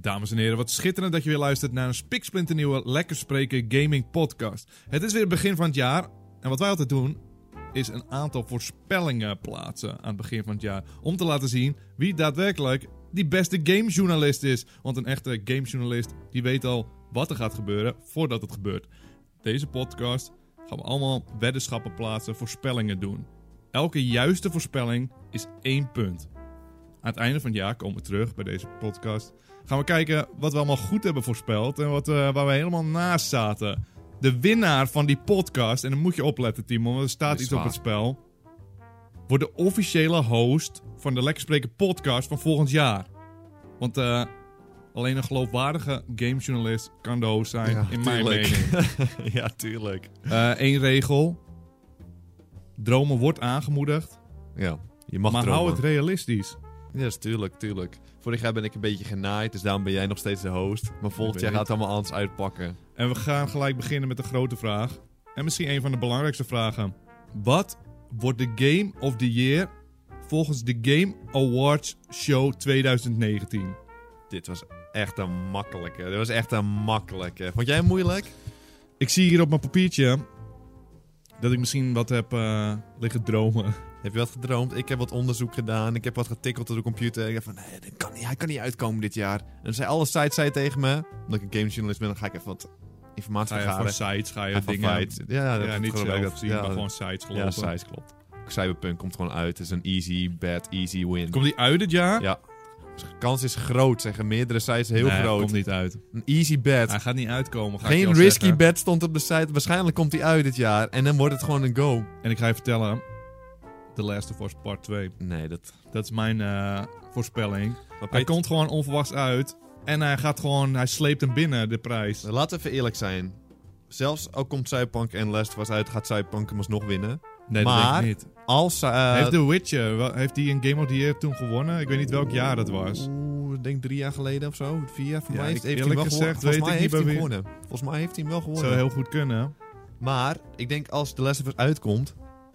Dames en heren, wat schitterend dat je weer luistert naar een spiksplinternieuwe Lekker Spreken Gaming Podcast. Het is weer het begin van het jaar en wat wij altijd doen is een aantal voorspellingen plaatsen aan het begin van het jaar. Om te laten zien wie daadwerkelijk die beste gamejournalist is. Want een echte gamejournalist die weet al wat er gaat gebeuren voordat het gebeurt. Deze podcast gaan we allemaal weddenschappen plaatsen, voorspellingen doen. Elke juiste voorspelling is 1 punt. Aan het einde van het jaar komen we terug bij deze podcast. Gaan we kijken wat we allemaal goed hebben voorspeld en waar we helemaal naast zaten. De winnaar van die podcast, en dan moet je opletten Timo, want er staat iets op het spel, wordt de officiële host van de Lekker Spreken podcast van volgend jaar. Want alleen een geloofwaardige gamejournalist kan de host zijn, in mijn mening. Ja, tuurlijk. 1 regel. Dromen wordt aangemoedigd. Ja, je mag maar dromen. hou het realistisch. Ja, tuurlijk. Vorig jaar ben ik een beetje genaaid, dus daarom ben jij nog steeds de host. Maar volgend jaar gaat het allemaal anders uitpakken. En we gaan gelijk beginnen met de grote vraag. En misschien een van de belangrijkste vragen. Wat wordt de Game of the Year volgens de Game Awards Show 2019? Dit was echt een makkelijke. Vond jij hem moeilijk? Ik zie hier op mijn papiertje dat ik misschien wat heb liggen dromen. Heb je wat gedroomd? Ik heb wat onderzoek gedaan. Ik heb wat getikkeld op de computer. Ik dacht van, nee, hij kan niet uitkomen dit jaar. En alle sites zei tegen me, omdat ik een gamejournalist ben, dan ga ik even wat informatie vergaren. Van sites ga je dingen... Sites. Ja, dat niet gewoon zelf zien, maar gewoon sites gelopen. Ja, sites, klopt. Cyberpunk komt gewoon uit. Het is een easy bet, easy win. Komt die uit dit jaar? Ja. De kans is groot, zeggen meerdere sites heel groot. Komt niet uit. Een easy bet. Hij gaat niet uitkomen. Geen risky bet stond op de site. Waarschijnlijk komt hij uit dit jaar. En dan wordt het gewoon een go. En ik ga je vertellen, The Last of Us Part 2. Nee, dat is mijn voorspelling. Hij komt gewoon onverwachts uit. En hij sleept hem binnen, de prijs. Laten we even eerlijk zijn. Zelfs al komt Cyberpunk en Last of Us uit, gaat Cyberpunk hem alsnog winnen. Nee, maar, dat denk ik niet. Als... heeft The Witcher, heeft hij een Game of the Year toen gewonnen? Ik weet niet welk jaar dat was. Ik denk 3 jaar geleden of zo. 4 jaar voor mij heeft hij eerlijk wel gezegd, Volgens mij heeft hij hem gewonnen. Volgens mij heeft hij hem wel gewonnen. Zou heel goed kunnen. Maar, ik denk als The Last of Us uitkomt,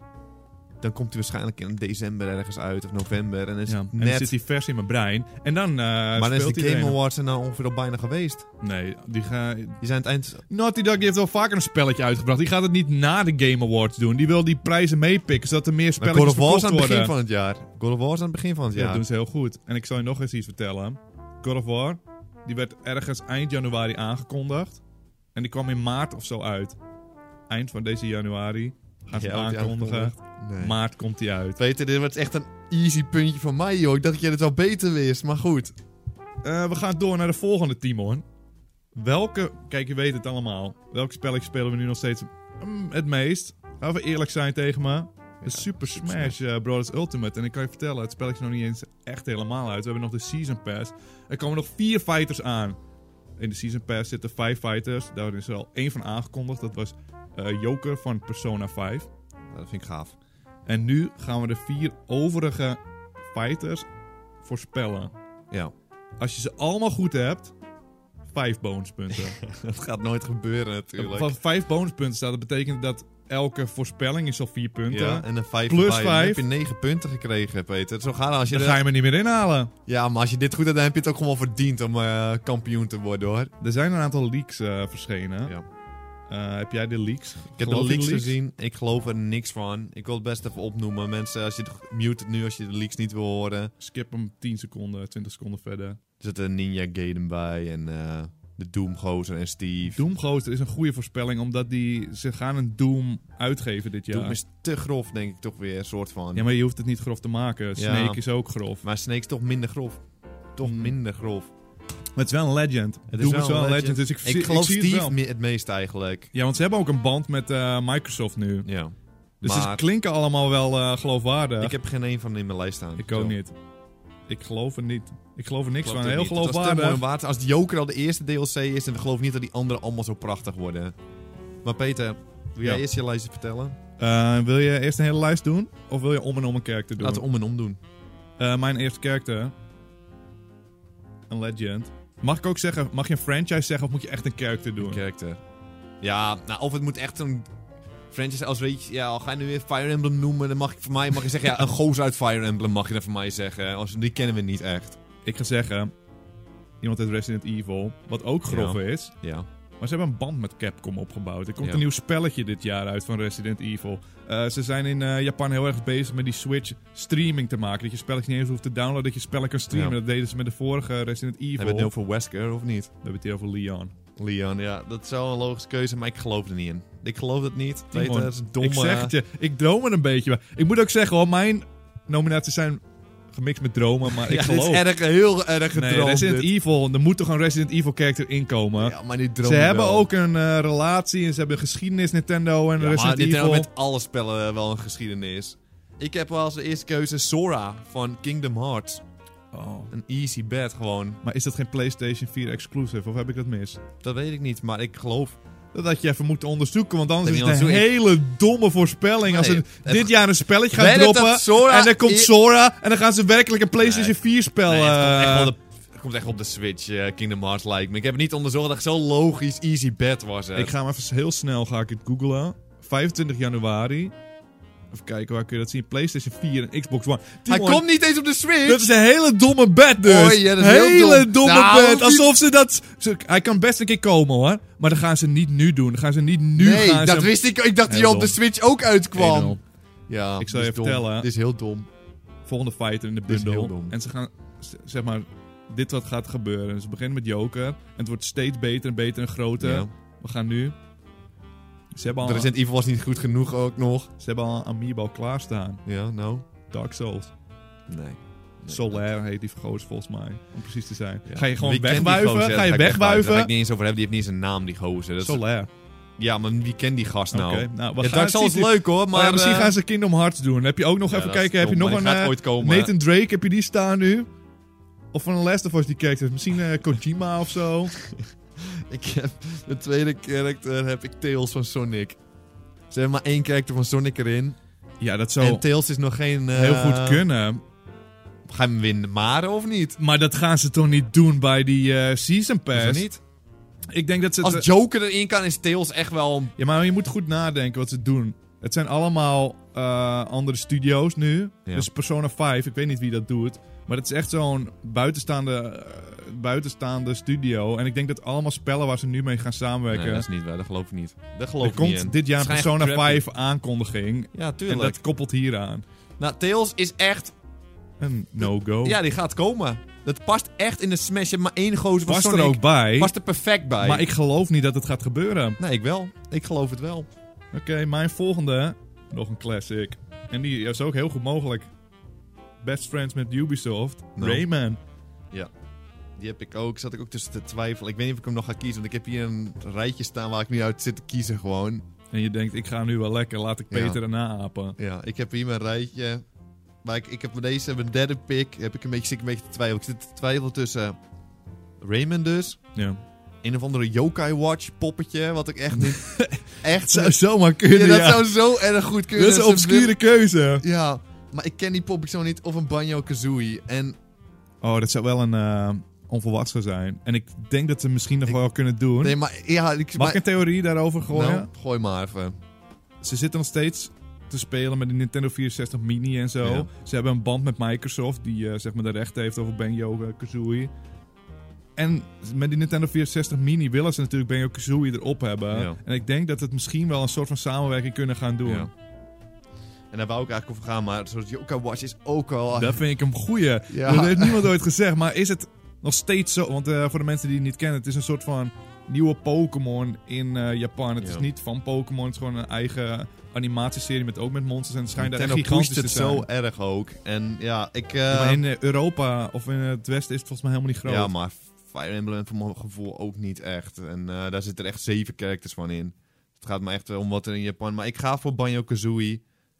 dan komt hij waarschijnlijk in december ergens uit of november. En, en dan zit hij vers in mijn brein. En dan maar dan is de Game Awards zijn nou ongeveer al bijna geweest. Nee, die zijn aan het eind... Naughty Dog heeft wel vaker een spelletje uitgebracht. Die gaat het niet na de Game Awards doen. Die wil die prijzen meepikken, zodat er meer spelletjes verkocht worden. God of War is aan het begin van het jaar. God of War is aan het begin van het jaar. Ja, dat doen ze heel goed. En ik zal je nog eens iets vertellen. God of War, die werd ergens eind januari aangekondigd. En die kwam in maart of zo uit. Eind van deze januari gaan ze aankondigen. Nee. Maart komt hij uit. Peter, dit wordt echt een easy puntje van mij, joh. Ik dacht dat jij het wel beter wist, maar goed. We gaan door naar de volgende, Timon. Kijk, je weet het allemaal. Welke spelletje spelen we nu nog steeds het meest? Gaan we eerlijk zijn tegen me? De Super Smash Bros. Ultimate. En ik kan je vertellen, het spelletje is nog niet eens echt helemaal uit. We hebben nog de Season Pass. Er komen nog 4 fighters aan. In de Season Pass zitten 5 fighters. Daar is er al 1 van aangekondigd. Dat was Joker van Persona 5. Dat vind ik gaaf. En nu gaan we de 4 overige fighters voorspellen. Ja. Als je ze allemaal goed hebt, 5 bonuspunten. Dat gaat nooit gebeuren natuurlijk. Van 5 bonuspunten staat, dat betekent dat elke voorspelling is al 4 punten. Ja, en een 5 plus erbij. 5. Dan heb je 9 punten gekregen, Peter. Zo gaat het als je dan ga je me niet meer inhalen. Ja, maar als je dit goed hebt, dan heb je het ook gewoon verdiend om kampioen te worden, hoor. Er zijn een aantal leaks verschenen. Ja. Heb jij de leaks? Ik heb de leaks gezien. Ik geloof er niks van. Ik wil het best even opnoemen. Mensen, als je het mute het nu als je de leaks niet wil horen. Skip hem 10 seconden, 20 seconden verder. Er zit een Ninja Gaiden bij en de Doom-gozer en Steve. Doom-gozer is een goede voorspelling, omdat ze gaan een Doom uitgeven dit jaar. Doom is te grof, denk ik toch weer, een soort van. Ja, maar je hoeft het niet grof te maken. Snake is ook grof. Maar Snake is toch minder grof. Minder grof. Maar het is wel een legend. Doom is wel een legend. Dus ik geloof Steve het meest eigenlijk. Ja, want ze hebben ook een band met Microsoft nu. Ja. Dus ze klinken allemaal wel geloofwaardig. Ik heb geen een van in mijn lijst staan. Ik ook niet. Ik geloof er niet. Ik geloof er niks van. Heel geloofwaardig. Als de Joker al de eerste DLC is, en we geloven niet dat die anderen allemaal zo prachtig worden. Maar Peter, wil jij eerst je lijstje vertellen? Wil je eerst een hele lijst doen? Of wil je om en om een character doen? Laten we om en om doen. Mijn eerste character. Een legend. Mag ik ook zeggen, mag je een franchise zeggen of moet je echt een character doen? Een character. Ja, nou, of het moet echt een franchise als weet je, ja, al ga je nu weer Fire Emblem noemen, dan mag je zeggen, ja, een gozer uit Fire Emblem mag je dan voor mij zeggen. Die kennen we niet echt. Ik ga zeggen, iemand uit Resident Evil. Wat ook grof is. Ja. Maar ze hebben een band met Capcom opgebouwd. Er komt Ja. een nieuw spelletje dit jaar uit van Resident Evil. Ze zijn in Japan heel erg bezig met die Switch streaming te maken. Dat je spelletjes niet eens hoeft te downloaden, dat je spellen kan streamen. Ja. Dat deden ze met de vorige Resident Evil. Hebben we het nu over Wesker of niet? We hebben het hier over Leon. Leon, ja. Dat zou een logische keuze zijn, maar ik geloof er niet in. Ik geloof het niet. Timon, Weet je, dat is domme... Ik zeg het je, ik droom er een beetje bij. Ik moet ook zeggen hoor, mijn nominaties zijn gemixt met dromen, maar ik geloof... dit is heel erg Nee, gedroomd. Resident Evil, er moet toch een Resident Evil character inkomen. Ja, maar die droom Ze hebben wel. ook een relatie en ze hebben een geschiedenis, Nintendo en Ja, Resident maar Nintendo Evil. met alle spellen wel een geschiedenis. Ik heb wel als de eerste keuze Sora van Kingdom Hearts. Oh. Een easy bet gewoon. Maar is dat geen PlayStation 4 exclusive of heb ik dat mis? Dat weet ik niet, maar ik geloof... Dat had je even moeten onderzoeken, want anders Dat is heb het je een hele domme voorspelling. Als Nee, ze dit jaar een spelletje gaan Weet het droppen dat Sora en dan komt Sora en dan gaan ze werkelijk een PlayStation 4 spel... Nee, het komt echt op de Switch, Kingdom Hearts lijkt me. Ik heb het niet onderzocht dat het zo logisch easy bet was. Hè. Ik ga hem even heel snel ga ik het googlen. 25 januari. Even kijken, waar kun je dat zien? PlayStation 4 en Xbox One. Hij Timon, komt niet eens op de Switch! dat is een hele domme bet dus. Oei, ja, dat is heel hele dom. domme Nou, bet. Alsof ze dat... Hij kan best een keer komen hoor. Maar dan gaan ze niet nu doen. Dan gaan ze niet nu Nee, gaan dat ze... wist ik. Ik dacht dat Heel hij op de dom. Switch ook uitkwam. 1-0. Ja, Ik zal dit je is dom. vertellen. Dit is heel dom. Volgende fighter in de Dit is bundle. heel dom. En ze gaan, zeg maar, dit wat gaat gebeuren. Ze beginnen met Joker. En het wordt steeds beter en beter en groter. Ja. We gaan nu... Ze hebben De al, Resident Evil was niet goed genoeg ook nog. ze hebben al een amiibo klaarstaan. Ja, nou. Dark Souls. Nee. Solaire heet die gozer volgens mij. Om precies te zijn. Ja. Ga je gewoon Wie kent die wegwuiven? gozer? Ga je Daar Daar ga wegwuiven? ik niet eens over hebben. Die heeft niet eens een naam, die gozer. Dat is- Solaire. Ja, maar wie kent die gast nou? Oké, nou, we Ja, gaan Dark Souls zien. is leuk hoor, maar... Misschien gaan ze Kingdom Hearts doen. Heb je ook nog, ja, even dat is kijken, heb je dom, nog maar die een gaat ooit komen. Nathan Drake, heb je die staan nu? Of van een Last of Us die characters? Misschien Kojima of zo? Ik heb de tweede character heb ik Tails van Sonic. Ze hebben maar één character van Sonic erin. Ja, dat zou En Tails is nog geen... heel goed kunnen. Ga je hem winnen, maar of niet? Maar dat gaan ze toch niet doen bij die Season Is dat Pass? niet? Ik denk dat ze... Als Joker erin kan, is Tails echt wel... Ja, maar je moet goed nadenken wat ze doen. Het zijn allemaal andere studio's nu. Ja. Dus Persona 5, ik weet niet wie dat doet. Maar het is echt zo'n buitenstaande studio. En ik denk dat allemaal spellen waar ze nu mee gaan samenwerken... Nee, dat is niet waar. Dat geloof ik niet. Dat geloof er ik niet in. komt dit jaar een Het is echt Persona crappy. 5 aankondiging. Ja, En tuurlijk. dat koppelt hier aan. Nou, Tails is echt... Een no-go. Ja, die gaat komen. Dat past echt in de Smash. Je hebt maar één gozer van Past Sonic. er ook bij. Past er perfect bij. Maar ik geloof niet dat het gaat gebeuren. Nee, ik wel. Ik geloof het wel. Oké, mijn volgende. Nog een classic. En die is ook heel goed mogelijk. Best Friends met Ubisoft. Nou. Rayman. Die heb ik ook. Zat ik ook tussen te twijfelen. Ik weet niet of ik hem nog ga kiezen. Want ik heb hier een rijtje staan waar ik nu uit zit te kiezen gewoon. En je denkt, ik ga nu wel lekker. Laat ik Ja. Peter erna apen. Ja, ik heb hier mijn rijtje. Maar ik heb met deze, mijn derde pick, heb ik zit ik een beetje te twijfelen. Ik zit te twijfelen tussen Rayman dus. Ja. Een of andere Yokai Watch poppetje. Wat ik echt niet... echt... Zou zomaar kunnen, ja, ja. dat zou zo erg goed kunnen. Dat is een obscure keuze. Ja, maar ik ken die poppetje zo niet. Of een Banjo-Kazooie. En Oh, dat zou wel een onvolwassen zijn. En ik denk dat ze misschien nog wel kunnen doen. nee, maar ja, Mag ik een theorie daarover gooien? Nou, gooi maar even. Ze zitten nog steeds te spelen met de Nintendo 64 Mini en zo. Ja. Ze hebben een band met Microsoft die zeg maar de rechten heeft over Banjo-Kazooie. En met die Nintendo 64 Mini willen ze natuurlijk Banjo-Kazooie erop hebben. Ja. En ik denk dat het misschien wel een soort van samenwerking kunnen gaan doen. Ja. En daar wou ik eigenlijk over gaan, maar zoals Yokai Watch is ook al... Dat vind ik een goeie. Ja. Dat heeft niemand ooit gezegd, maar is het nog steeds zo? Want voor de mensen die het niet kennen, het is een soort van nieuwe Pokémon in Japan. Het Ja. is niet van Pokémon, het is gewoon een eigen animatieserie met ook met monsters. En het schijnt daar echt Nintendo gigantisch pusht te het zijn. zo erg ook. En ja, ik... Ja, maar in Europa of in het Westen is het volgens mij helemaal niet groot. ja, maar Fire Emblem voor mijn gevoel ook niet echt. En daar zitten er echt 7 characters van in. Het gaat me echt om wat er in Japan... Maar ik ga voor Banjo-Kazooie.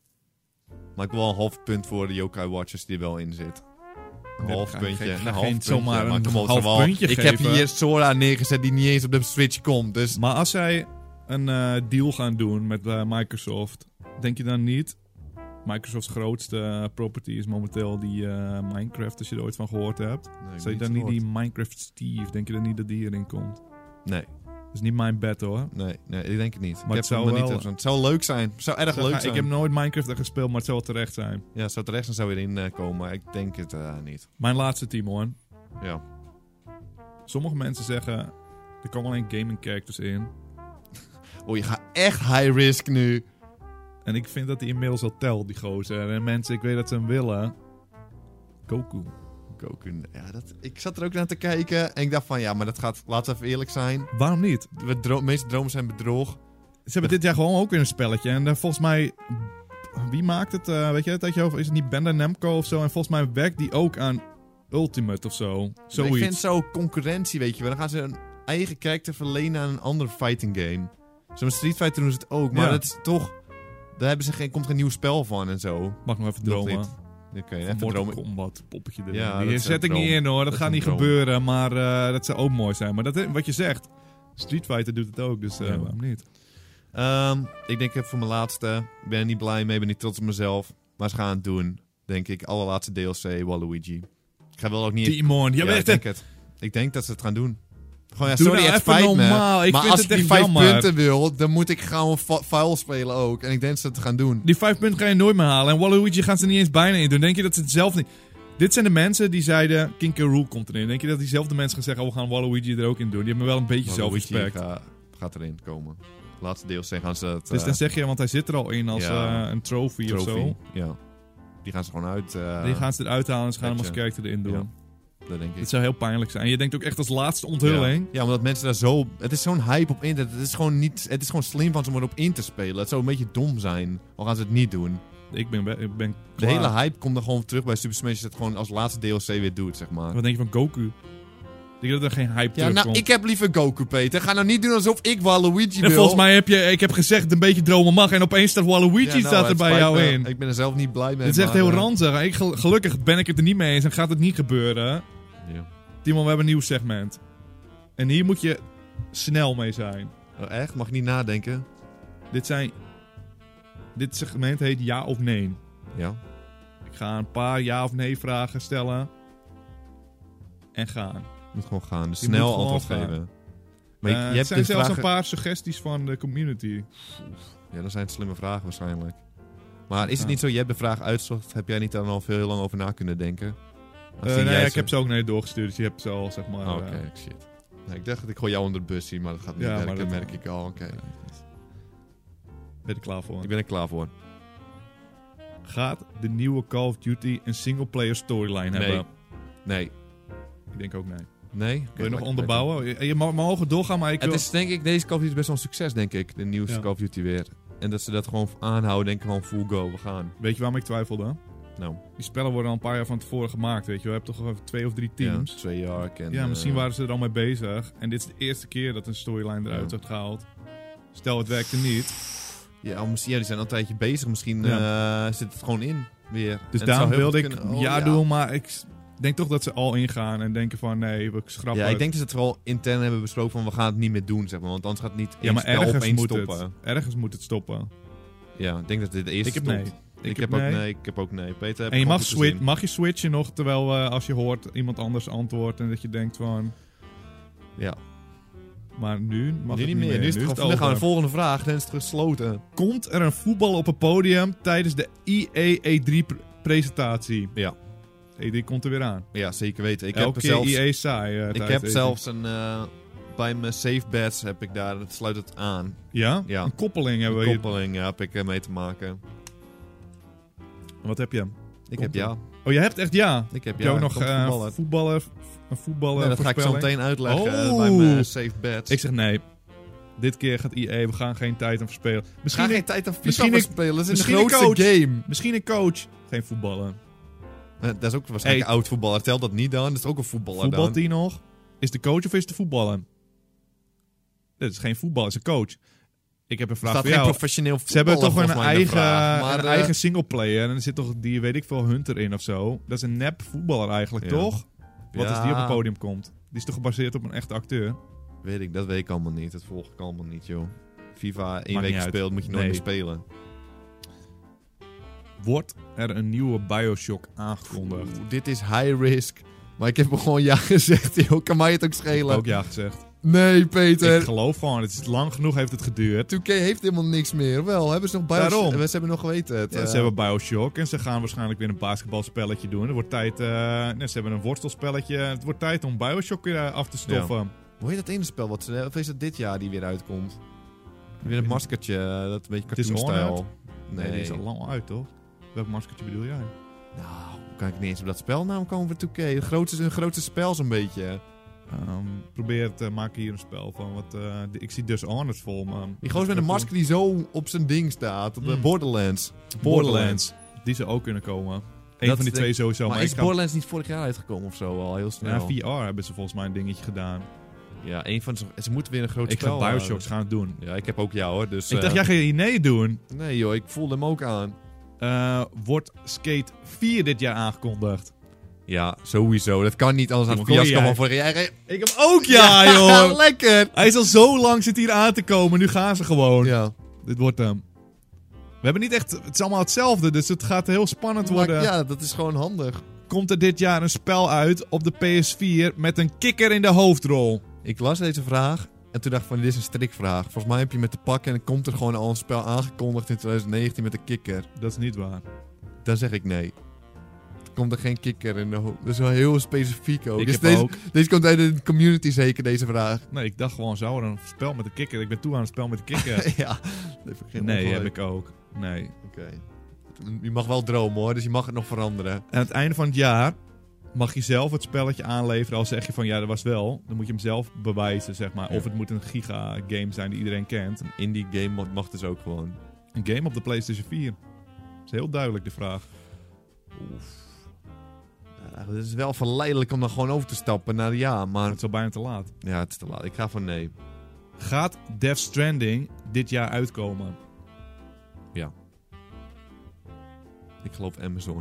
Maar ik wil wel een half punt voor de Yokai Watchers die er wel in zit. Een half ga puntje. geen- ga Een half geen puntje. zomaar Maar een kom op, half wel. puntje Ik heb geven. hier Sora neergezet die niet eens op de Switch komt. Dus Maar als zij een deal gaan doen met Microsoft, denk je dan niet... Microsofts grootste property is momenteel die Minecraft, als je er ooit van gehoord hebt. nee, Zou je dan niet die Minecraft Steve, denk je dan niet dat die erin komt? Nee, Dat is niet mijn bet hoor. nee, ik denk het niet. Maar Ik het heb zou hem wel- niet het zou leuk zijn. Het zou erg leuk zijn. Ik heb nooit Minecraft er gespeeld, maar het zou wel terecht zijn. Ja, zou terecht zijn zou erin komen, maar ik denk het niet. Mijn laatste team hoor. Ja. Sommige mensen zeggen, er komen alleen gaming characters in. Oh, je gaat echt high risk nu. En ik vind dat hij inmiddels al telt, die gozer. En mensen, ik weet dat ze hem willen. Goku. Ja, ik zat er ook naar te kijken en ik dacht van, ja, maar dat gaat, laten we even eerlijk zijn. Waarom niet? De meeste dromen zijn bedrog. Ze hebben dit jaar gewoon ook weer een spelletje. En volgens mij, wie maakt het? Weet je het tijdje over? Is het niet Bandai Namco of zo? En volgens mij werkt die ook aan Ultimate of zo. Zoiets. Ik vind zo concurrentie, weet je wel. Dan gaan ze een eigen karakter verlenen aan een andere fighting game. Zo'n Street Fighter doen ze het ook, maar Ja. dat is toch... Daar hebben ze komt geen nieuw spel van en zo. Mag nog even Nog dromen. niet. Oké, even Mortal dromen. Kombat poppetje erin. Ja, Die dat is zet een ik niet droom. in hoor. Dat Dat is gaat een niet droom. gebeuren. Maar dat zou ook mooi zijn. Maar dat, wat je zegt, Street Fighter doet het ook. Dus Ja. waarom niet? Ik denk even voor mijn laatste. Ik ben er niet blij mee, ben niet trots op mezelf. Maar ze gaan het doen. Denk ik, allerlaatste DLC, Waluigi. Ik ga wel ook niet... Timon, jij bent ik denk het. Ik denk dat ze het gaan doen. Gewoon, ja, Doe sorry, nou het even spijt me. normaal. Ik maar vind als het ik die echt 5 jammer. punten wil, dan moet ik gewoon vuil spelen ook. En ik denk dat ze het gaan doen. Die 5 punten ga je nooit meer halen. En Waluigi gaan ze er niet eens bijna in doen. Denk je dat ze het zelf niet... Dit zijn de mensen die zeiden, King K. Rool komt erin. Denk je dat diezelfde mensen gaan zeggen, oh, we gaan Waluigi er ook in doen? Die hebben wel een beetje Waluigi zelfrespect. gaat erin komen. Laatste DLC gaan ze het... Dus dan zeg je, want hij zit er al in als ja, een trophy of zo. Ja. Die gaan ze gewoon uit... Die gaan ze eruit halen en ze gaan hem als Petje. character erin doen. Ja. Dat denk ik. Het zou heel pijnlijk zijn. En je denkt ook echt als laatste onthulling. Ja, omdat mensen daar zo... Het is zo'n hype op internet. Het is gewoon niet... Het is gewoon slim van ze om erop in te spelen. Het zou een beetje dom zijn. Al gaan ze het niet doen. Ik ben De klaar. hele hype komt er gewoon terug bij Super Smash. Dat het gewoon als laatste DLC weer doet, zeg maar. Wat denk je van Goku? Denk je dat er geen hype Ja, terugkomt? nou, ik heb liever Goku, Peter. Ga nou niet doen alsof ik Waluigi wil. En volgens mij ik heb gezegd een beetje dromen mag. En opeens staat Waluigi Ja, nou, staat er het bij spijt jou me. in. Ik ben er zelf niet blij mee. Dit is echt maar, heel ranzig. Gelukkig ben ik het er niet mee eens en gaat het niet gebeuren. Ja. Timon, we hebben een nieuw segment. En hier moet je snel mee zijn. Oh, echt? Mag ik niet nadenken? Dit segment heet ja of nee. Ja. Ik ga een paar ja of nee vragen stellen. En gaan. Moet gewoon gaan. Dus Je snel moet gewoon antwoord gaan. geven. Maar je Er hebt zijn de zelfs vragen... een paar suggesties van de community. Ja, dat zijn slimme vragen waarschijnlijk. Maar is het Ja. niet zo, je hebt de vraag uitgezocht, heb jij niet daar al heel lang over na kunnen denken? Nee, ik heb ze ook naar je doorgestuurd. Dus je hebt ze al, zeg maar... Oké, shit. Nou, ik dacht dat ik gooi jou onder de bus zien, maar dat gaat niet Ja, maar werken, dat- merk ik al. Oké. Ben je er klaar voor? Ik ben er klaar voor. Gaat de nieuwe Call of Duty een singleplayer storyline Nee. hebben? Nee. Ik denk ook nee. Nee? Wil je nog onderbouwen? Je mogen doorgaan, maar ik wil... Het is denk ik, deze Call of Duty best wel een succes, denk ik. De nieuwste Ja. Call of Duty weer. En dat ze dat gewoon aanhouden, denk ik gewoon full go, we gaan. Weet je waarom ik twijfelde? Nou, Die spellen worden al een paar jaar van tevoren gemaakt, weet je wel. Je hebt toch even 2 of 3 teams. ja, 2 jaar. En, Ja, misschien waren ze er al mee bezig. En dit is de eerste keer dat een storyline eruit Ja. wordt gehaald. Stel, het werkte niet. Ja, misschien, ja, die zijn al een tijdje bezig. Misschien zit het gewoon in, weer. Dus En het daarom zou heel wilde goed ik kunnen- ja doen, maar ik denk toch dat ze al ingaan en denken van nee, we schrappen Ja, ik het. denk dat ze het vooral intern hebben besproken van we gaan het niet meer doen, zeg maar. Want anders gaat het niet Ja, maar één spel ergens opeens moet stoppen. het. Ergens moet het stoppen. Ja, ik denk dat dit de eerste Ik heb stopt. nee. Ik heb ook nee. Ik heb ook nee. Peter, heb En je gewoon mag, goed gezien. mag je switchen nog, terwijl als je hoort iemand anders antwoordt en dat je denkt van... Ja. Maar nu mag Nu het niet meer. Nu is het gewoon. Dan gaan we over. de volgende vraag. Dan is het gesloten. Komt er een voetbal op een podium tijdens de EA E3-presentatie? Ja. E3 komt er weer aan. Ja, zeker weten. Ik Elke heb keer zelfs... EA saai. Ik heb zelfs een... bij mijn save bets heb ik daar... Het sluit het aan. Ja? Ja. Een koppeling hebben Een we koppeling heb ik mee te maken. hier. Wat heb je? Ik heb ja. Oh, jij hebt echt ja? Ik heb Heb ja. je ook nog voetballen. een voetballer Nee, dat ga ik zo voorspelling? meteen uitleggen Oh. bij mijn save bets. Ik zeg nee. Dit keer gaat EA, we gaan geen tijd aan verspelen. ga Misschien, geen tijd aan FIFA misschien ik- spelen. Dat is misschien een een grootste coach. game. misschien een coach. Geen voetballen. Dat is ook waarschijnlijk Hey. een oud voetballer. Telt dat niet dan? Dat is ook een voetballer dan. Voetbalt die nog? Is de coach of is de voetballer? Dit is geen voetballer, is een coach. Ik heb een Er vraag staat voor geen jou. professioneel Ze voetballer hebben toch een volgens mij in de eigen, vraag. Maar, een eigen singleplayer. En er zit toch die, weet ik veel, Hunter in of zo. Dat is een nep voetballer eigenlijk, Ja. toch? Wat als die op het Ja. podium komt? Die is toch gebaseerd op een echte acteur? Dat weet ik allemaal niet. Dat volg ik allemaal niet, joh. FIFA 1 Maakt week niet uit. gespeeld, moet je nooit Nee. meer spelen. Wordt er een nieuwe Bioshock aangekondigd? Dit is high risk. Maar ik heb gewoon ja gezegd, joh. Kan mij het ook schelen? Ook ja gezegd. Nee, Peter. Ik geloof gewoon, het is lang genoeg heeft het geduurd. 2K heeft helemaal niks meer. Wel, hebben ze nog Daarom. Ze hebben nog geweten het. Ja, ze hebben Bioshock en ze gaan waarschijnlijk weer een basketbalspelletje doen. Er wordt tijd, ze hebben een worstelspelletje. Het wordt tijd om Bioshock weer af te stoffen. Hoe heet dat ene spel? Of is het dit jaar die weer uitkomt? Weer een maskertje, dat een beetje cartoonstijl. Nee, die is al lang uit, toch? Welk maskertje bedoel jij? Nou, hoe kan ik niet eens op dat spelnaam komen voor 2K? Een grootste spel zo'n beetje. Probeer te maken hier een spel van. Ik zie Dishonored vol, man. Die gozer met een masker die zo op zijn ding staat. Op de Borderlands. Die zou ook kunnen komen. Eén van die twee sowieso. Maar is Borderlands niet vorig jaar uitgekomen of zo? Al heel snel. Ja, VR hebben ze volgens mij een dingetje gedaan. Ja, ze moeten weer een groot spel. Ik ga Bioshocks gaan het doen. Ja, ik heb ook jou hoor. Dus, ik dacht, jij gaat hier nee doen. Nee joh, ik voelde hem ook aan. Wordt Skate 4 dit jaar aangekondigd? Ja, sowieso. Dat kan niet anders dan een fiasco van vorig jaar. Ik heb ook joh. Lekker. Hij is al zo lang zit hier aan te komen. Nu gaan ze gewoon. Ja. Dit wordt hem. We hebben niet echt... Het is allemaal hetzelfde, dus het gaat heel spannend worden. Ja, dat is gewoon handig. Komt er dit jaar een spel uit op de PS4 met een kikker in de hoofdrol? Ik las deze vraag en toen dacht ik van, dit is een strikvraag. Volgens mij heb je met te pakken en komt er gewoon al een spel aangekondigd in 2019 met een kikker. Dat is niet waar. Dan zeg ik nee. Er komt er geen kikker in de hoofd. Dat is wel heel specifiek ook. Ik Dus heb ook. Deze komt uit de community zeker, deze vraag. Nee, ik dacht gewoon, zou er een spel met een kikker? Ik ben toe aan een spel met een kikker. Ja, dat heb ik geen Nee, ongelijk. heb ik ook. Nee. Oké. Je mag wel dromen hoor, dus je mag het nog veranderen. En aan het einde van het jaar mag je zelf het spelletje aanleveren. Al zeg je van ja, dat was wel. Dan moet je hem zelf bewijzen, zeg maar. Ja. Of het moet een giga-game zijn die iedereen kent. Een indie game mag dus ook gewoon. Een game op de PlayStation 4. Dat is heel duidelijk de vraag. Oef. Ja, het is wel verleidelijk om dan gewoon over te stappen naar ja, maar... Het is al bijna te laat. Ja, het is te laat. Ik ga voor nee. Gaat Death Stranding dit jaar uitkomen? Ja. Ik geloof Amazon.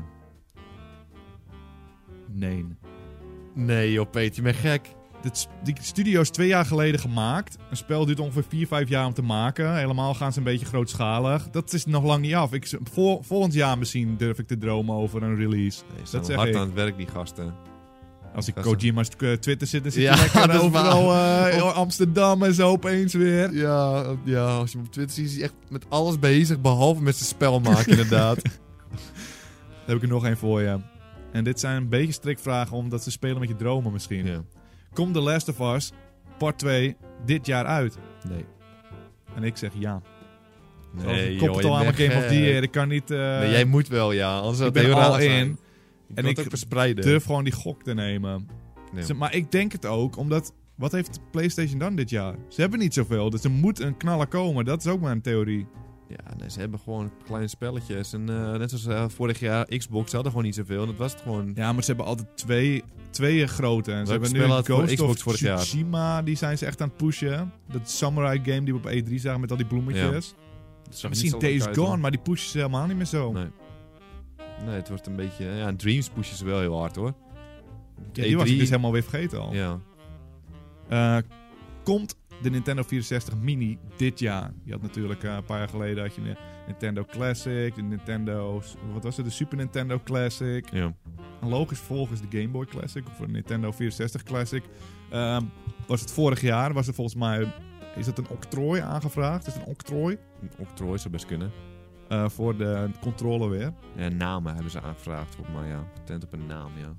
Nee. Nee joh, Peter, je bent gek. Die studio is 2 jaar geleden gemaakt. Een spel duurt ongeveer 4-5 jaar om te maken. Helemaal gaan ze een beetje grootschalig. Dat is nog lang niet af. Volgend jaar misschien durf ik te dromen over een release. Nee, ze dat zijn zeg hard ik. aan het werk, die gasten. Als ik Gasten. Kojima's Twitter zit, dan zit Ja, je lekker dat is overal Amsterdam en zo opeens weer. Ja, als je hem op Twitter ziet, is hij echt met alles bezig, behalve met zijn spel maken inderdaad. Dan heb ik er nog één voor je. En dit zijn een beetje strikvragen omdat ze spelen met je dromen misschien. Ja. Komt The Last of Us Part 2 dit jaar uit? Nee. En ik zeg ja. Nee, Ik koppel het al aan mijn Game of the Year. Ik kan niet... Nee, jij moet wel, ja. Anders zou ik het ben heel al raar zijn. in. En ik ook verspreiden. durf gewoon die gok te nemen. Ja. Maar ik denk het ook, omdat... Wat heeft PlayStation dan dit jaar? Ze hebben niet zoveel, dus er moet een knaller komen. Dat is ook maar een theorie. Ja, nee, ze hebben gewoon kleine spelletjes. En net zoals vorig jaar Xbox, ze hadden gewoon niet zoveel. Dat was het gewoon... Ja, maar ze hebben altijd twee grote. En ze Welke hebben nu spellen had voor Ghost Xbox of vorig jaar? Tsushima, die zijn ze echt aan het pushen. Dat samurai game die we op E3 zagen met al die bloemetjes. Dat zag Misschien niet zo leuk Days uit, Gone, hoor. maar die pushen ze helemaal niet meer zo. Nee. Nee, het wordt een beetje... Ja, Dreams pushen ze wel heel hard, hoor. Ja, die was ik dus helemaal weer vergeten al. Ja. Komt de Nintendo 64 Mini dit jaar? Je had natuurlijk een paar jaar geleden had je de Nintendo Classic, de Nintendo... Wat was het? De Super Nintendo Classic. Ja. Een logisch vervolg is de Game Boy Classic, of de Nintendo 64 Classic. Was het vorig jaar, was er volgens mij... Is het een octrooi aangevraagd? Is het een octrooi? Een octrooi zou best kunnen. Voor de controller weer. Ja, namen hebben ze aangevraagd, volgens mij, ja. Patent op een naam, ja.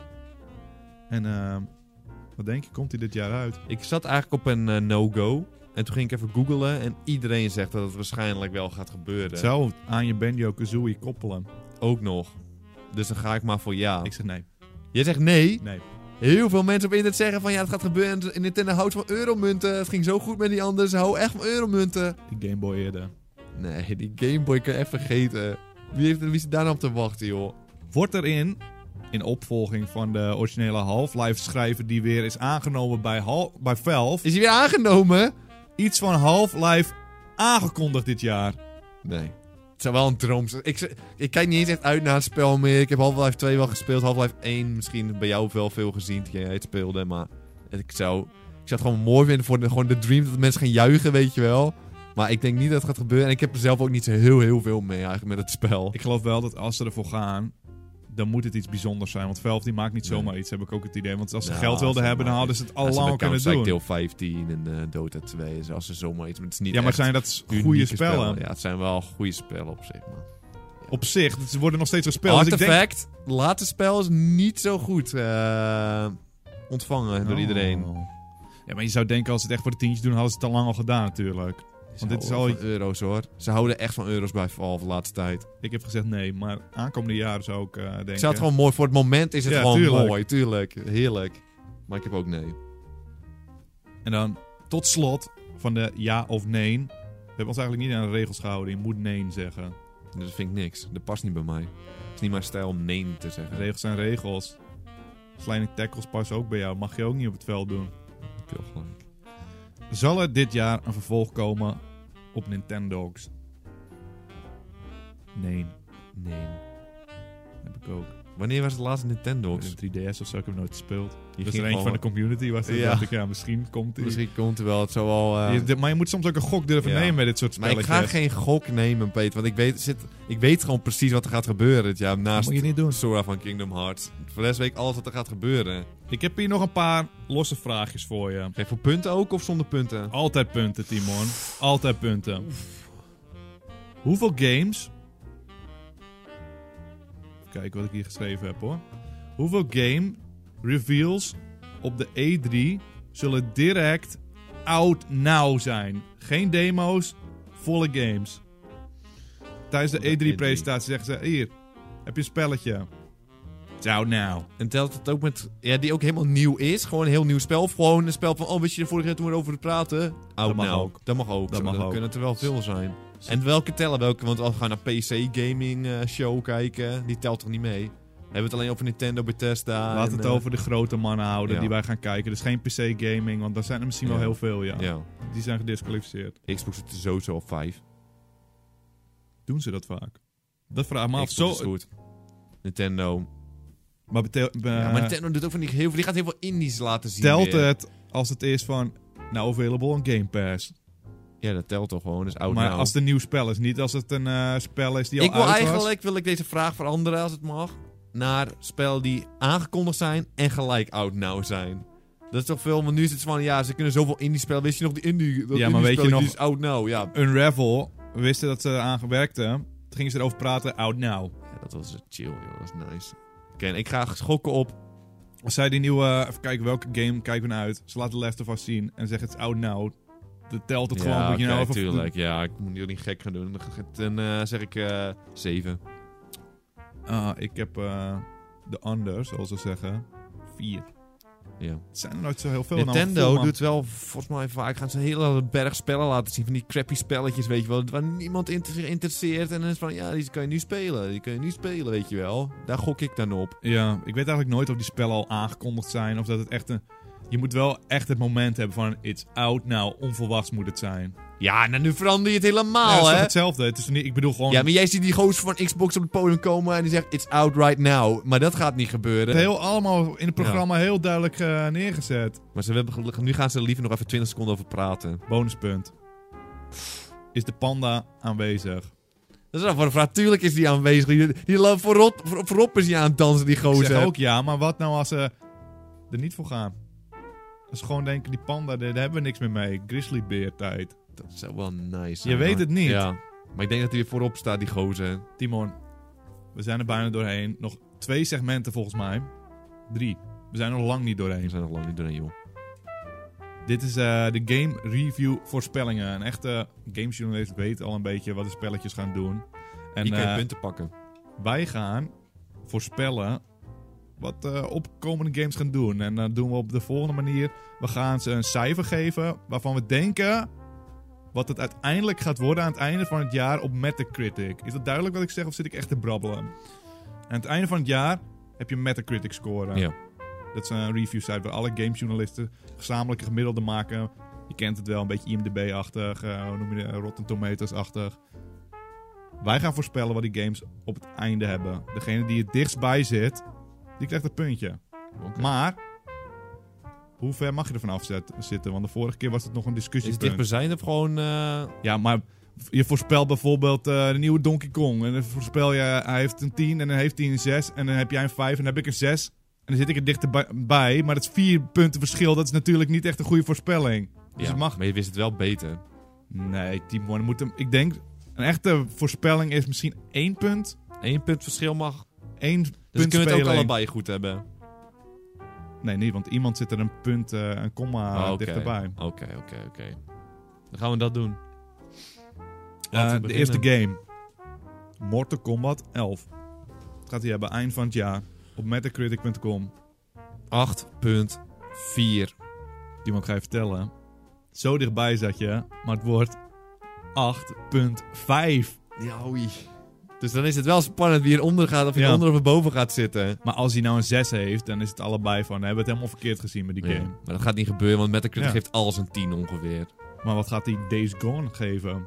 En wat denk je, komt die dit jaar uit? Ik zat eigenlijk op een no-go. En toen ging ik even googlen en iedereen zegt dat het waarschijnlijk wel gaat gebeuren. Het zou aan je Banjo-Kazooie koppelen. Ook nog. Dus dan ga ik maar voor ja. Ik zeg nee. Jij zegt nee? Nee. Heel veel mensen op internet zeggen van ja, het gaat gebeuren. En Nintendo houdt van euromunten. Het ging zo goed met die anderen. Ze houden echt van euromunten. Die Game Boy eerder. Nee, die Game Boy kan je echt vergeten. Wie is daar nou op te wachten, joh? Wordt erin, in opvolging van de originele Half-Life schrijver die weer is aangenomen bij Valve, Is hij weer aangenomen? iets van Half-Life aangekondigd dit jaar? Nee. Het zou wel een droom zijn. Ik kijk niet eens echt uit naar het spel meer. Ik heb Half-Life 2 wel gespeeld. Half-Life 1 misschien bij jou wel veel gezien toen jij het speelde. Maar ik zou het gewoon mooi vinden voor gewoon de dream dat mensen gaan juichen, weet je wel. Maar ik denk niet dat het gaat gebeuren. En ik heb er zelf ook niet zo heel veel mee eigenlijk met het spel. Ik geloof wel dat als ze ervoor gaan, dan moet het iets bijzonders zijn. Want Valve die maakt niet Nee. zomaar iets, heb ik ook het idee. Want als ze Nou, geld wilden zeg hebben, dan maar. hadden ze het al Ja, ze lang hebben kunnen Counter-Strike doen. deel 15 en Dota 2. Dus als ze zomaar iets... Maar het is niet Ja, maar echt zijn dat unieke goede spellen? Ja, het zijn wel goede spellen op zich, man. Op zich, ze worden nog steeds gespeeld. Dus ik denk... Artifact, laatste spel is niet zo goed ontvangen door Oh. iedereen. Ja, maar je zou denken, als ze het echt voor de tientjes doen, hadden ze het al lang al gedaan natuurlijk. Want dit is al... van euro's, hoor. Ze houden echt van euro's bij Valve de laatste tijd. Ik heb gezegd nee, maar aankomende jaren zou ik denken... Ik zou het gewoon mooi... Voor het moment is het Ja, gewoon tuurlijk. mooi. Tuurlijk. Heerlijk. Maar ik heb ook nee. En dan tot slot van de ja of nee. We hebben ons eigenlijk niet aan de regels gehouden. Je moet nee zeggen. Dus dat vind ik niks. Dat past niet bij mij. Het is niet mijn stijl om nee te zeggen. Regels zijn regels. Sliding tackles passen ook bij jou. Mag je ook niet op het veld doen. Ik heb gelijk. Zal er dit jaar een vervolg komen op Nintendogs? Nee, Nee. heb ik ook. Wanneer was het laatste Nintendo? Een 3DS of zo, ik heb nooit gespeeld. Je Dat is ging er eentje van de gewoon- community. Was er, Ja. dacht ik, ja, misschien komt die. Misschien komt er wel. Het zou wel... Maar je moet soms ook een gok durven Ja. nemen met dit soort Maar ik spelletjes. ga geen gok nemen, Peter. Want ik weet gewoon precies wat er gaat gebeuren dit jaar. Dat Naast moet je niet doen. Sora van Kingdom Hearts. Voor de rest weet ik alles wat er gaat gebeuren. Ik heb hier nog een paar losse vraagjes voor je. Geef voor punten ook of zonder punten? Altijd punten, Timon. Altijd punten. Hoeveel games... Kijk wat ik hier geschreven heb, hoor. Hoeveel game reveals op de E3 zullen direct out now zijn? Geen demo's, volle games. Tijdens Op de de E3-presentatie zeggen ze... Hier, heb je een spelletje. It's out now. En telt het ook met... Ja, die ook helemaal nieuw is. Gewoon een heel nieuw spel. Of gewoon een spel van... Oh, wist je er vorige keer toen we erover praten? Dat mag nou. ook. Dat mag ook. Dat mag Dan ook. kunnen het er wel veel zijn. En welke tellen? Welke? Want als we gaan naar PC Gaming Show kijken... Die telt toch niet mee? We hebben het alleen over Nintendo, Bethesda... Laat en, het over de grote mannen houden ja. die wij gaan kijken. Dus geen PC-gaming, want daar zijn er misschien wel Ja. heel veel, ja. Ja. Die zijn gedisqualificeerd. Xbox zit er sowieso op 5. Doen ze dat vaak? Dat vraag ik me af. Xbox Zo, is goed. Nintendo. maar Ja, maar Nintendo doet ook van die die gaat heel veel indies laten zien. telt weer. het als het is van... Nou, available on Game Pass. Ja, dat telt toch gewoon. Dat is oud maar nou. als het een nieuw spel is. Niet als het een spel is die al Ik wil uit was. eigenlijk wil ik deze vraag veranderen als het mag. Naar spellen die aangekondigd zijn en gelijk oud now zijn. Dat is toch veel, want nu is het van ja, ze kunnen zoveel indie spellen. Wist je nog die indie? Dat Ja, maar weet je nog- die is oud now, ja. Unravel, we wisten dat ze eraan gewerkten. Toen gingen ze erover praten, out now. Ja, dat was chill, joh. Dat was nice. Oké, en ik ga schokken op. Als zij die nieuwe... Even kijken, welke game kijken we naar uit? Ze laten Last of Us zien en zeggen het is out now. Dan telt het gewoon. Ja, Moet je nou even... tuurlijk. Ja, ik moet jullie niet gek gaan doen. Dan zeg ik 7. Ik heb de under, zoals ze zeggen. 4. Ja. Het zijn er nooit zo heel veel. Nintendo doet wel, volgens mij vaak gaan ze een hele berg spellen laten zien. Van die crappy spelletjes, weet je wel. Waar niemand zich interesseert. En dan is van, ja, die kan je nu spelen. Die kun je nu spelen, weet je wel. Daar gok ik dan op. Ja, ik weet eigenlijk nooit of die spellen al aangekondigd zijn. Of dat het echt een... Je moet wel echt het moment hebben van... It's out now, onverwachts moet het zijn. Ja, nou nu verander je het Ja, helemaal, dat is toch hè? hetzelfde. Het is niet, ik bedoel gewoon... Ja, maar jij ziet die gozer van Xbox op het podium komen en die zegt, it's out right now. Maar dat gaat niet gebeuren. heel allemaal in het programma heel duidelijk neergezet. Maar nu gaan ze er liever nog even 20 seconden over praten. Bonuspunt. Is de panda aanwezig? Dat is wel voor een vraag. Tuurlijk is die aanwezig. Die loopt voorop is hij aan het dansen, die Ik gozer. zeg ook ja, maar wat nou als ze er niet voor gaan? Als ze gewoon denken, die panda, daar hebben we niks meer mee. Grizzlybeer tijd. Dat zou wel nice Je zijn, weet hoor. het niet. Ja. Maar ik denk dat hij weer voorop staat, die gozer. Timon, we zijn er bijna doorheen. Nog 2 segmenten volgens mij. 3. We zijn er nog lang niet We doorheen. zijn nog lang niet doorheen, joh. Dit is de Game Review voorspellingen. Een echte gamesjournalist weet al een beetje wat de spelletjes gaan doen. En Die kan je punten pakken. wij gaan voorspellen wat opkomende games gaan doen. En dat doen we op de volgende manier. We gaan ze een cijfer geven waarvan we denken wat het uiteindelijk gaat worden aan het einde van het jaar op Metacritic. Is dat duidelijk wat ik zeg of zit ik echt te brabbelen? En aan het einde van het jaar heb je een Metacritic score. Ja. Dat is een review site waar alle gamesjournalisten gezamenlijke gemiddelden maken. Je kent het wel, een beetje IMDb-achtig, hoe noem je Rotten Tomatoes-achtig. Wij gaan voorspellen wat die games op het einde hebben. Degene die het dichtst bij zit, die krijgt een puntje. Oké. Maar, hoe ver mag je er vanaf zitten? Want de vorige keer was het nog een Is het discussiepunt. dichtbijzijn of gewoon... Ja, maar Je voorspelt bijvoorbeeld de nieuwe Donkey Kong. En dan voorspel je, hij heeft een 10 en dan heeft hij een 6. En dan heb jij een 5 en dan heb ik een 6. En dan zit ik er dichterbij. Maar dat is 4 punten verschil. Dat is natuurlijk niet echt een goede voorspelling. Dus het mag... maar je wist het wel beter. Nee, Timon, ik denk, een echte voorspelling is misschien 1 punt. 1 punt verschil mag. 1 Dus punt we kunnen het ook speling. allebei goed hebben. Nee, niet, want iemand zit er een punt, een komma dichterbij. Oké. Dan gaan we dat doen. Laten we De beginnen. eerste game. Mortal Kombat 11. Dat gaat hij hebben eind van het jaar. Op metacritic.com. 8.4. Die ik ga je vertellen. Zo dichtbij zat je, maar het wordt 8.5. Ja, oei. Dus dan is het wel spannend wie eronder gaat of wie Ja. onder of boven gaat zitten. Maar als hij nou een 6 heeft, dan is het allebei van... We hebben het helemaal verkeerd gezien met die game. Ja, maar dat gaat niet gebeuren, want Metacritic Ja. geeft alles een 10 ongeveer. Maar wat gaat hij Days Gone geven?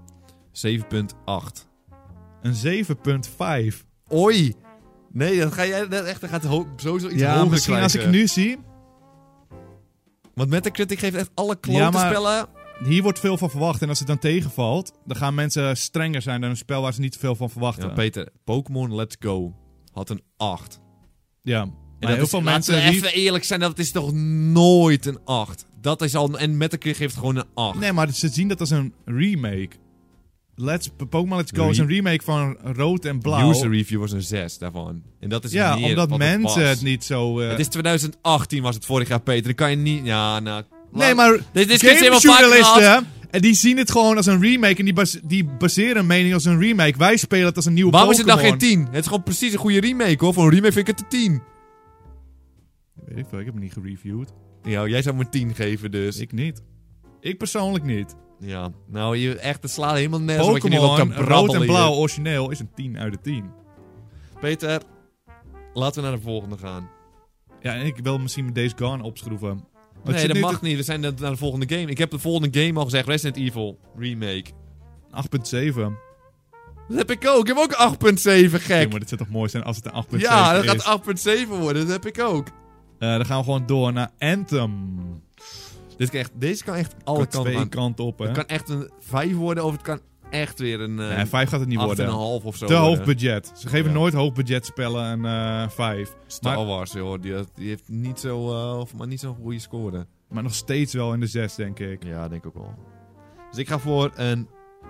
7.8. Een 7.5. Oei! Nee, dat ga jij dat echt. Dat gaat sowieso iets Ja, hoger misschien als krijgen. ik nu zie... Want Metacritic geeft echt alle klote Ja, maar- spellen. Hier wordt veel van verwacht. En als het dan tegenvalt, dan gaan mensen strenger zijn dan een spel waar ze niet veel van verwachten. Ja, Peter, Pokémon Let's Go had een 8. Ja. En Maar dat heel is, veel laten mensen... we even eerlijk zijn, dat is toch nooit een 8. Dat is al... En Metacritic geeft gewoon een 8. Nee, maar ze zien dat als een remake. Pokémon Let's Go is een remake van Rood en Blauw. User review was een 6 daarvan. En dat is Ja, meer omdat wat mensen was. het niet zo... Het is 2018 was het vorig jaar, Peter. Dan kan je niet... Ja, nou... Nee, maar Dit is helemaal vaak gehad. gamejournalisten... En die zien het gewoon als een remake. En die baseren een mening als een remake. Wij spelen het als een nieuwe Waarom is Pokémon. het dan geen 10? Het is gewoon precies een goede remake, hoor. Voor een remake vind ik het een 10. Weet ik veel, ik heb hem niet gereviewd. Ja, jij zou me 10 geven, dus. Ik niet. Ik persoonlijk niet. Ja, nou, je echt, het slaat helemaal nergens wat je nu op kan Pokémon brabbelen. Rood en hier. Blauw origineel is een 10 uit de 10. Peter, laten we naar de volgende gaan. Ja, en ik wil misschien met Days Gone opschroeven. Want Nee, het dat zit nu mag niet. We zijn naar de volgende game. Ik heb de volgende game al gezegd. Resident Evil Remake. 8.7. Dat heb ik ook. Ik heb ook 8.7, gek. Ja, maar dit zou toch mooi zijn als het een 8.7 Ja, dat is. gaat 8.7 worden. Dat heb ik ook. Dan gaan we gewoon door naar Anthem. Deze kan echt alle Kan kanten twee aan. kanten op, hè. Het kan echt een 5 worden of het kan echt weer een Nee, 5 gaat het niet worden. 8,5 of zo Te worden. hoog budget. Ze geven Ja. nooit hoog budget spellen een 5. Star Wars, joh. Die heeft niet zo, maar niet zo'n goede score. Maar nog steeds wel in de 6, denk ik. Ja, denk ik ook wel. Dus ik ga voor een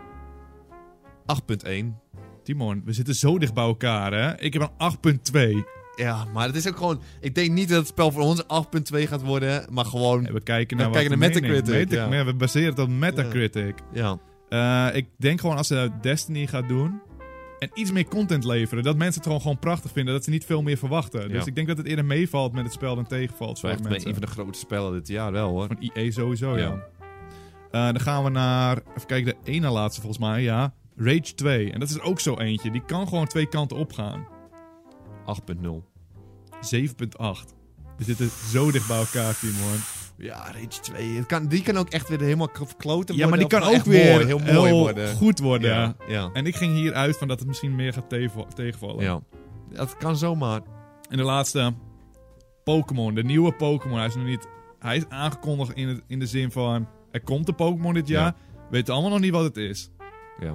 8.1. Timon, we zitten zo dicht bij elkaar, hè. Ik heb een 8.2. Ja, maar het is ook gewoon... Ik denk niet dat het spel voor ons 8.2 gaat worden, maar gewoon... We kijken We naar, kijken wat naar de mening- Metacritic, ja. Ja, we baseren het op Metacritic. Ja. Ik denk gewoon als ze Destiny gaat doen... en iets meer content leveren... dat mensen het gewoon prachtig vinden... dat ze niet veel meer verwachten. Dus Ja. ik denk dat het eerder meevalt met het spel dan tegenvalt. Het is wel voor echt mensen. een van de grootste spellen dit jaar wel, hoor. Van EA sowieso, Ja. ja. Dan gaan we naar... Even kijken, de ene laatste volgens mij, ja. Rage 2. En dat is ook zo eentje. Die kan gewoon twee kanten opgaan. 8.0. 7.8. We zitten zo dicht bij elkaar, Timon. Ja, Rage 2. Die kan ook echt weer helemaal verkloten Ja, maar worden. die kan of ook echt weer mooi, heel mooi worden. goed worden. Ja, ja. En ik ging hieruit van dat het misschien meer gaat tegenvallen. Ja. Dat kan zomaar. En de laatste, Pokémon. De nieuwe Pokémon. Hij is aangekondigd in de zin van... Er komt een Pokémon dit jaar. Ja. We weten allemaal nog niet wat het is. Ja.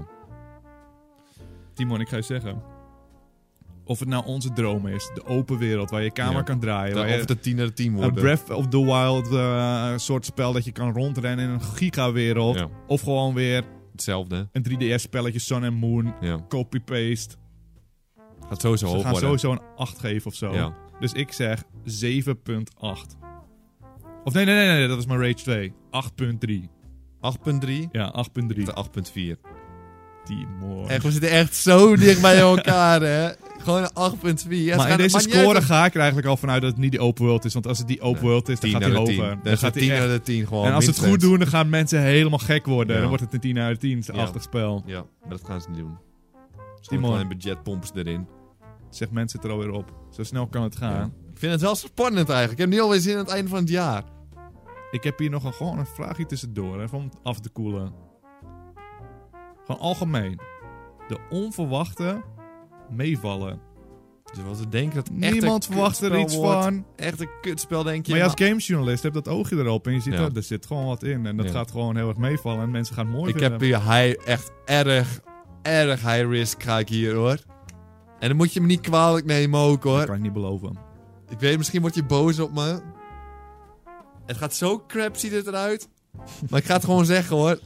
Timon, ik ga je zeggen. Of het nou onze droom is. De open wereld waar je kamer Ja. kan draaien. Waar Of je het een 10 uit de 10 een worden. Breath of the Wild soort spel dat je kan rondrennen in een gigawereld. Ja. Of gewoon weer Hetzelfde. een 3DS spelletje Sun and Moon. Ja. Copy-paste. Gaat sowieso Ze hoog gaan worden. sowieso een 8 geven of zo. Ja. Dus ik zeg 7.8. Of nee, dat is maar Rage 2. 8.3. 8.3. Ja, 8.3. De 8.4. Timon. Echt, we zitten echt zo dicht bij elkaar, hè. Gewoon een 8.4. Ja, Maar in deze score ga ik er eigenlijk al vanuit dat het niet die open world is. Want als het die open Nee, world is, dan 10 gaat hij uit de 10. hoger. Dan gaat hij 10 echt- uit de 10 gewoon. En als ze het goed minstens. doen, dan gaan mensen helemaal gek worden. Ja. Dan wordt het een 10 uit de 10. Het is een Ja. 80 spel. Ja, maar dat gaan ze niet doen. Timon. Gewoon een budgetpomps erin. Zegt mensen het er alweer op. Zo snel kan het gaan. Ja. Ik vind het wel spannend eigenlijk. Ik heb nu alweer zin aan het einde van het jaar. Ik heb hier nog gewoon een vraagje tussendoor. Hè, om het af te koelen. Gewoon algemeen. De onverwachte meevallen. Dus wat ze denken dat het echt Niemand een verwacht er kutspel iets wordt. van. Echt een kutspel, denk je. Maar je als gamesjournalist hebt dat oogje erop en je ziet Ja. dat er zit gewoon wat in. En dat Ja. gaat gewoon heel erg meevallen en mensen gaan het mooi Ik vinden. heb hier echt erg high risk ga ik hier, hoor. En dan moet je me niet kwalijk nemen ook, hoor. Dat kan ik niet beloven. Ik weet, misschien word je boos op me. Het gaat zo crap, ziet het eruit. Maar ik ga het gewoon zeggen, hoor.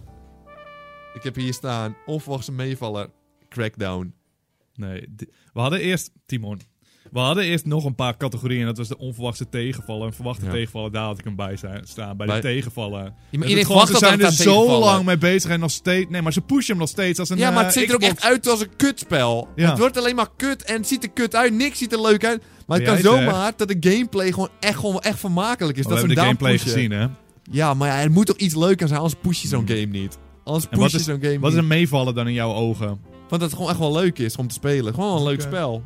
Ik heb hier staan, onverwachte meevaller, Crackdown. Nee, we hadden eerst... Timon. We hadden eerst nog een paar categorieën. Dat was de onverwachte tegenvallen en verwachte Ja. tegenvallen. Daar had ik hem bij staan. Bij Bij- de tegenvallen. Ja, maar Het iedereen gewoon, verwacht ze dat zijn er het gaat zo tegenvallen. lang mee bezig en nog steeds... Nee, maar ze pushen hem nog steeds als een Ja, maar het ziet er ook Xbox. echt uit als een kutspel. Ja. Het wordt alleen maar kut en het ziet er kut uit. Niks ziet er leuk uit. Maar het Maar kan jij zomaar dat de gameplay gewoon echt vermakelijk is. We dat ze hebben de hem gameplay pushen. gezien, hè? Ja, maar ja, er moet toch iets leuk aan zijn, anders push je zo'n game niet. Anders En wat push je is- zo'n game Wat is niet. een meevallen dan in jouw ogen? Want dat het gewoon echt wel leuk is om te spelen. Gewoon een leuk Oké. spel.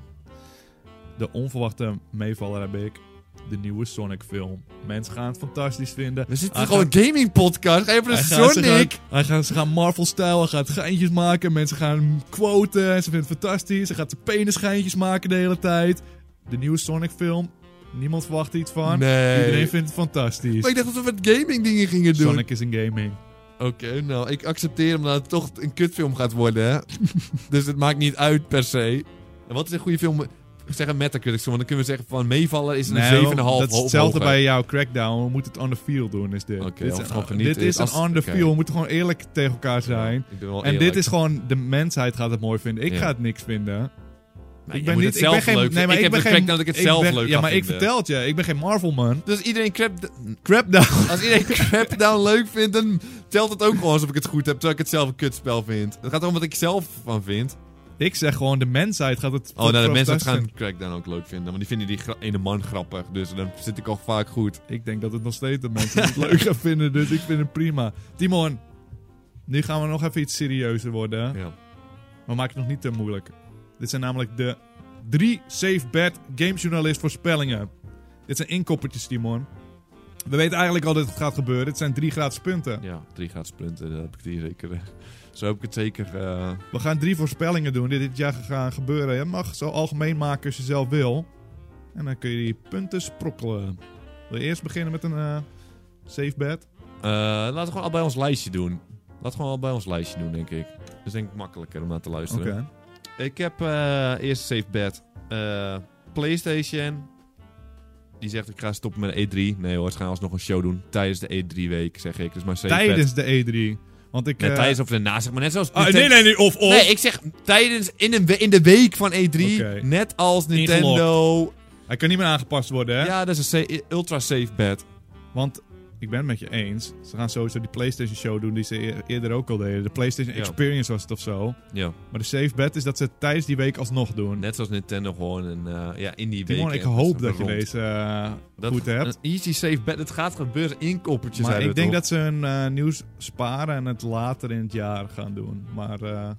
De onverwachte meevaller heb ik. De nieuwe Sonic film. Mensen gaan het fantastisch vinden. We zitten Hij gewoon gaat- een gaming podcast. Ga even naar Hij gaat- Sonic. Ze gaan Marvel-stijl, hij gaat geintjes maken, mensen gaan hem quoten, en ze vinden het fantastisch. Hij gaat zijn penisgeintjes maken de hele tijd. De nieuwe Sonic-film, niemand verwacht iets van. Nee. Iedereen vindt het fantastisch. Maar ik dacht dat we met gaming dingen gingen doen. Sonic is een gaming. Oké, nou, ik accepteer hem dat het toch een kutfilm gaat worden, hè. Dus het maakt niet uit per se. En wat is een goede film? Ik zeg een Metacritic, want dan kunnen we zeggen van meevallen is een 7,5. dat is hetzelfde bij jouw Crackdown. We moeten het on the feel doen, is dit. Oké, dit of is, gewoon een, genieten dit is is een als- on the oké. feel. We moeten gewoon eerlijk tegen elkaar zijn. Ik ben wel En eerlijk. dit is gewoon, de mensheid gaat het mooi vinden. Ik Ja. ga het niks vinden. Maar ik je ben moet niet, het zelf ik ben geen, leuk nee, maar ik heb ben de geen, Crackdown dat ik het zelf ben- leuk Ja, ga maar ik vinden. vertel het je. Ik ben geen Marvel man. Dus iedereen Crapdown. als iedereen Crapdown leuk vindt, dan telt het ook gewoon alsof ik het goed heb, terwijl ik het zelf een kutspel vind. Het gaat om wat ik zelf van vind. Ik zeg gewoon, de mensheid gaat het... Oh, nou, de mensen fantastisch gaan vinden. Crackdown ook leuk vinden, want die vinden die ene man grappig, dus dan zit ik al vaak goed. Ik denk dat het nog steeds de mensen het leuk gaan vinden, dus ik vind het prima. Timon, nu gaan we nog even iets serieuzer worden. Hè? Ja. Maar maak het nog niet te moeilijk. Dit zijn namelijk de 3 safe bet gamejournalist voorspellingen. Dit zijn inkoppertjes, Timon. We weten eigenlijk al dat het gaat gebeuren. Dit zijn 3 gratis punten. Ja, 3 gaat sprinten, dat heb ik hier zeker. Zo heb ik het zeker. We gaan 3 voorspellingen doen die dit jaar gaan gebeuren. Je mag zo algemeen maken als je zelf wil. En dan kun je die punten sprokkelen. Wil je eerst beginnen met een safe bet? Laten we gewoon al bij ons lijstje doen. Laten we gewoon al bij ons lijstje doen, denk ik. Dat is denk ik makkelijker om naar te luisteren. Oké. Ik heb eerst safe bet. PlayStation. Die zegt ik ga stoppen met de E3. Nee hoor, ze gaan alsnog een show doen tijdens de E3-week, zeg ik. Dus maar safe bet. Tijdens de E3. Want ik... Nee, tijdens of daarna, zeg maar. Net zoals nee, of. Nee, ik zeg tijdens, in de week van E3. Oké. Net als Nintendo. Hij kan niet meer aangepast worden, hè? Ja, dat is een ultra safe bet. Want ik ben het met je eens. Ze gaan sowieso die PlayStation Show doen die ze eerder ook al deden. De PlayStation Ja. Experience was het of zo. Ja, Maar de safe bet is dat ze het tijdens die week alsnog doen. net zoals Nintendo gewoon. En in die week. Timon, ik en hoop is dat je rond. deze goed hebt. Een easy safe bet. Het gaat gebeuren. Inkoppertjes Maar zijn ik denk dat ze hun nieuws sparen en het later in het jaar gaan doen. Maar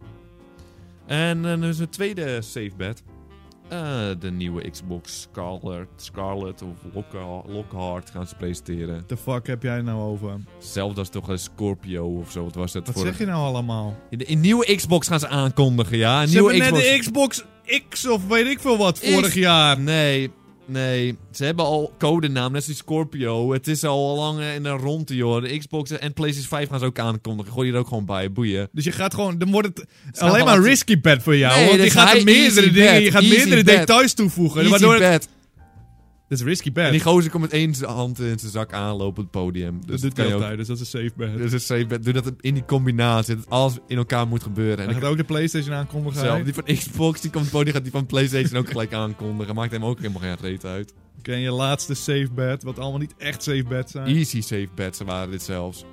En dan is een tweede safe bet. De nieuwe Xbox Scarlet of Lockhart gaan ze presenteren. the fuck heb jij nou over? Hetzelfde als toch een Scorpio of zo. Wat was dat Wat voor? zeg je nou allemaal? Een nieuwe Xbox gaan ze aankondigen, ja. Een Ze nieuwe hebben net Xbox. de Xbox X of weet ik veel wat vorig jaar. Nee. Ze hebben al codenaam, net als die Scorpio. Het is al lang in de ronde, joh. De Xbox en PlayStation 5 gaan ze ook aankondigen. Gooi je er ook gewoon bij, boeien. Dus je gaat gewoon, dan wordt het gaan alleen wel maar een laten- risky bet voor jou. Nee, want dat je is gaat er high- meerdere easy dingen, bet, je gaat easy meerdere bet. details toevoegen. Easy Waardoor het, bet. dat is risky En bet. die gozer komt met één hand in zijn zak aanlopen op het podium. Dus dat doet kan hij je ook. altijd, dus dat is een safe bet. Dus een safe bet. Doe dat in die combinatie. Dat alles in elkaar moet gebeuren. En Hij gaat ook de PlayStation aankondigen. zelf, hè? die van Xbox, die komt op het podium, gaat die van PlayStation ook gelijk aankondigen. Maakt hem ook helemaal geen reet uit. Oké, en je laatste safe bet, wat allemaal niet echt safe bets zijn. Easy safe bets waren dit zelfs.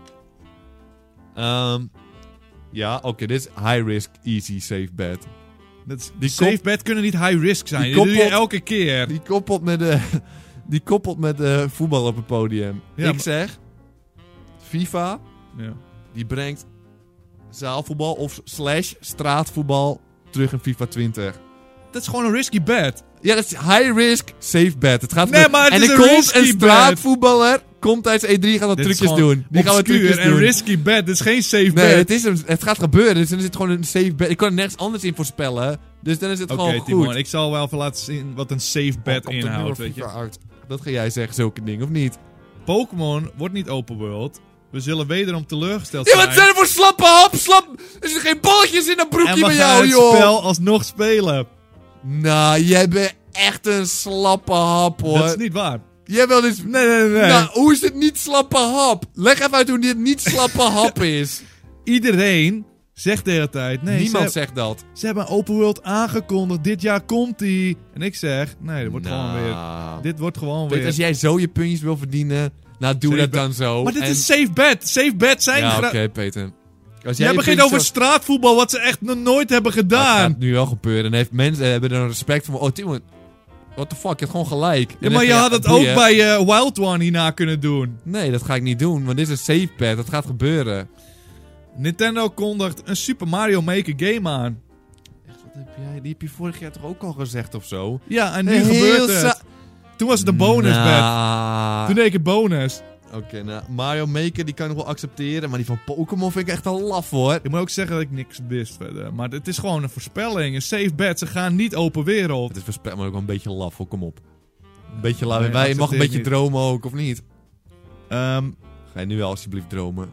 Ja, oké, dit is high risk, easy safe bet. Dat is, Die safe kop- bet kunnen niet high risk zijn. die Die doe je koppelt- elke keer. Die koppelt met voetbal op het podium. Ja, Ik maar- zeg, FIFA, Ja. die brengt zaalvoetbal of / straatvoetbal terug in FIFA 20. Dat is gewoon een risky bet. Ja, dat is high risk, safe bet. Het gaat Nee, maar het en is er een komt risky een bet. straatvoetballer komt tijdens E3, gaat dat Dit is trucjes gewoon doen. Die gaan wat trucjes obscuur en doen. risky bet. Dit is geen safe Nee, bet. het gaat gebeuren. Dus dan is het gewoon een safe bet. Ik kan er nergens anders in voorspellen. Dus dan is het gewoon goed. Timon, ik zal wel even laten zien wat een safe bet Komt er nu inhoudt, weer weet je. FIFA uit. Dat ga jij zeggen, zulke dingen, of niet? Pokémon wordt niet open world. We zullen wederom teleurgesteld Ja, zijn. wat zijn er voor slappe hap? Er zitten geen balletjes in dat En broekje we bij gaan jou, het joh. spel alsnog spelen. Nou, jij bent echt een slappe hap, hoor. Dat is niet waar. Jij wel eens... Nee. Nou, hoe is het niet slappe hap? Leg even uit hoe dit niet slappe hap is. Iedereen zegt de hele tijd... Nee, Niemand zegt dat. ze hebben open world aangekondigd. Dit jaar komt die. En ik zeg... Nee, dit wordt gewoon weer... Dit wordt gewoon Weet, weer... als jij zo je puntjes wil verdienen... Nou, doe Safe dat bet. dan zo. Maar dit En- is safe bet. Safe bet zijn... Ja, oké, Peter. Als Jij je begint puntjes over zo- straatvoetbal, wat ze echt nog nooit hebben Dat gedaan. gaat nu wel gebeuren. En heeft mensen hebben er een respect voor. Oh, Timon, what the fuck, je hebt gewoon gelijk. Ja, En maar dan je ga had het boeien. ook bij Wild One hierna kunnen doen. Nee, dat ga ik niet doen, want dit is een safe bet. Dat gaat gebeuren. Nintendo kondigt een Super Mario Maker game aan. Echt, wat heb jij? Die heb je vorig jaar toch ook al gezegd of zo? Ja, en nu Heel gebeurt het. sa- Toen was het een bonus bet. Nou, Toen deed ik een bonus. Oké, nou, Mario Maker die kan ik nog wel accepteren, maar die van Pokémon vind ik echt al laf, hoor. Ik moet ook zeggen dat ik niks wist verder. Maar het is gewoon een voorspelling, een safe bet. Ze gaan niet open wereld. Het is voorspel, maar ook wel een beetje laf, hoor. Kom op. Een beetje laf. Nee, Wij mag een accepteer beetje niet. dromen ook, of niet? Ehm, Ga je nu wel alsjeblieft dromen?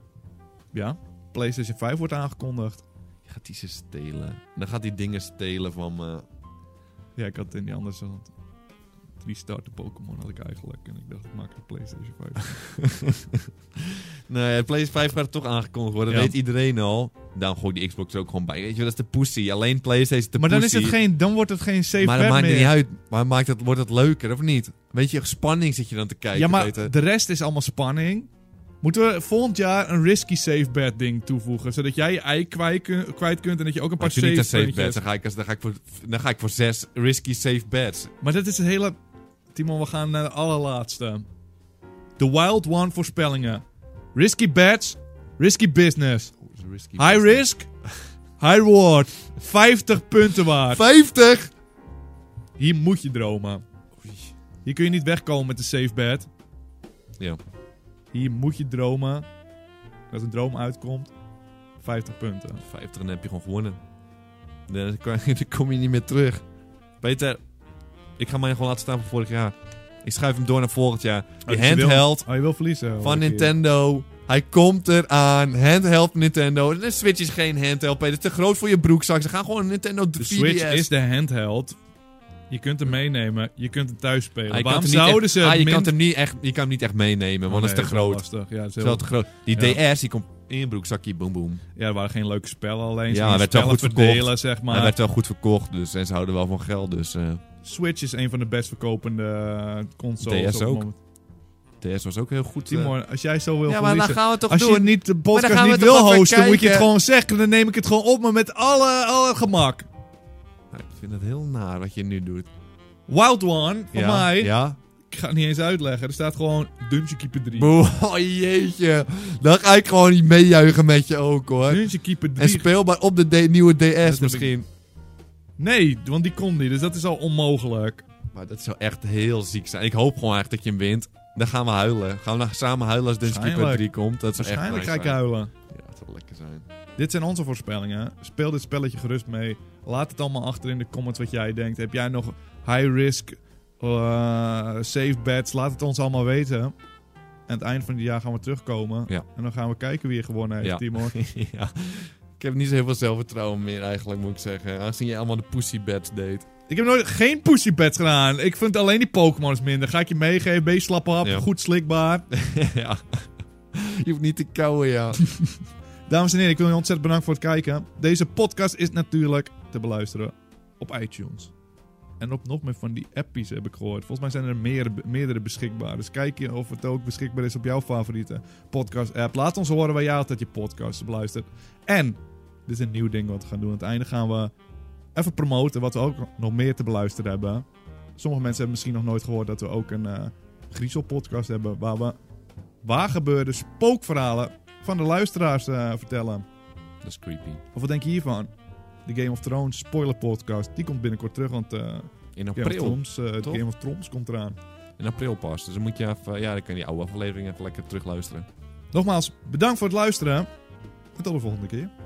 ja, PlayStation 5 wordt aangekondigd. Je gaat die ze stelen. Dan gaat die dingen stelen van me. Ja, ik had het in die andere stand. Restart de Pokémon had ik eigenlijk. En ik dacht, ik maak een PlayStation 5. Nee, PlayStation 5 gaat er toch aangekondigd worden. Dat Ja. weet iedereen al. Dan gooi die Xbox er ook gewoon bij. Weet je, dat is de pussy. Alleen PlayStation de Maar dan, pussy. dan wordt het geen safe Maar bet dat maakt meer. niet uit. Maar wordt het leuker, of niet? Weet je, spanning zit je dan te kijken. Ja, maar Peter. de rest is allemaal spanning. Moeten we volgend jaar een risky safe bet ding toevoegen? Zodat jij je ei kwijt kunt en dat je ook een paar Ik doe niet safe een safe puntjes... bet. Dan ga ik voor 6 risky safe bets. Maar dat is het hele... Timon, we gaan naar de allerlaatste. De Wild One voorspellingen. Risky bets, risky business. High risk, high reward. 50 punten waard. 50! Hier moet je dromen. Hier kun je niet wegkomen met de safe bet. Ja. Hier moet je dromen. Als een droom uitkomt, 50 punten. 50 en dan heb je gewoon gewonnen. Dan kom je niet meer terug. Peter, ik ga mij gewoon laten staan van vorig jaar. Ik schuif hem door naar volgend jaar. Die dus je handheld je wil verliezen. van Nintendo. Hij komt eraan. Handheld van Nintendo. De Switch is geen handheld, Peter. Het is te groot voor je broekzak. Ze gaan gewoon een Nintendo 3DS. De Switch is de handheld. Je kunt hem meenemen. Je kunt hem thuis spelen. Ah, je Waarom kan hem niet zouden echt- ze... je min- kan hem niet echt meenemen, want Oh, dat is te wel groot. lastig. Ja, het is Het is heel... wel te groot. Die Ja. DS die komt in je broekzakje. Boom, boom. Ja, er waren geen leuke spellen alleen. Ja, Ze hij moesten werd wel spellen goed verkocht. verdelen, zeg maar. Hij werd wel goed verkocht, dus, en ze houden wel van geld. Dus Switch is een van de best verkopende consoles. DS op het ook. moment. DS was ook heel goed. Timon, als jij zo wil ja, maar dan verliezen... gaan we het toch Als je doen. niet de Maar dan podcast gaan we niet toch wil even hosten, moet je het kijken. gewoon zeggen. Dan neem ik het gewoon op, maar met alle gemak. Nou, ik vind het heel naar wat je nu doet. Wild One, van Ja, mij. Ja. Ik ga het niet eens uitleggen. Er staat gewoon Dungeon Keeper 3. Oh jeetje. Dan ga ik gewoon niet meejuichen met je ook, hoor. Dungeon Keeper 3. En speelbaar op de nieuwe DS heb misschien. Nee, want die kon niet. Dus dat is al onmogelijk. Maar dat zou echt heel ziek zijn. Ik hoop gewoon echt dat je hem wint. Dan gaan we huilen. Gaan we nou samen huilen als Dungeon Keeper 3 komt. Dat zou echt Waarschijnlijk nice ga ik zijn. huilen. Ja, dat zou lekker zijn. Dit zijn onze voorspellingen. Speel dit spelletje gerust mee. Laat het allemaal achter in de comments wat jij denkt. Heb jij nog high risk, safe bets? Laat het ons allemaal weten. En aan het eind van het jaar gaan we terugkomen. Ja. En dan gaan we kijken wie er gewonnen heeft, Ja. Timon. Ja. Ik heb niet zo heel veel zelfvertrouwen meer eigenlijk, moet ik zeggen. Aangezien je allemaal de pussy bets deed. Ik heb nooit geen pussy bets gedaan. Ik vind alleen die Pokémon's minder. Ga ik je meegeven. Ben je slappe hap, Ja. goed slikbaar. Ja. Je hoeft niet te kauwen, ja. Dames en heren, ik wil je ontzettend bedanken voor het kijken. Deze podcast is natuurlijk te beluisteren op iTunes. En op nog meer van die appies heb ik gehoord. Volgens mij zijn er meerdere beschikbaar. Dus kijk je of het ook beschikbaar is op jouw favoriete podcast app. Laat ons horen waar jij altijd je podcast beluistert. En, dit is een nieuw ding wat we gaan doen. Aan het einde gaan we even promoten wat we ook nog meer te beluisteren hebben. Sommige mensen hebben misschien nog nooit gehoord dat we ook een Griezel podcast hebben. Waar we waar gebeurde spookverhalen van de luisteraars vertellen. Dat is creepy. Of wat denk je hiervan? De Game of Thrones spoiler podcast. Die komt binnenkort terug, want In Game of april. Thrones, toch? Game of Thrones komt eraan. in april pas. Dus dan moet je even, dan kan je die oude aflevering even lekker terugluisteren. Nogmaals, bedankt voor het luisteren. En tot de volgende keer.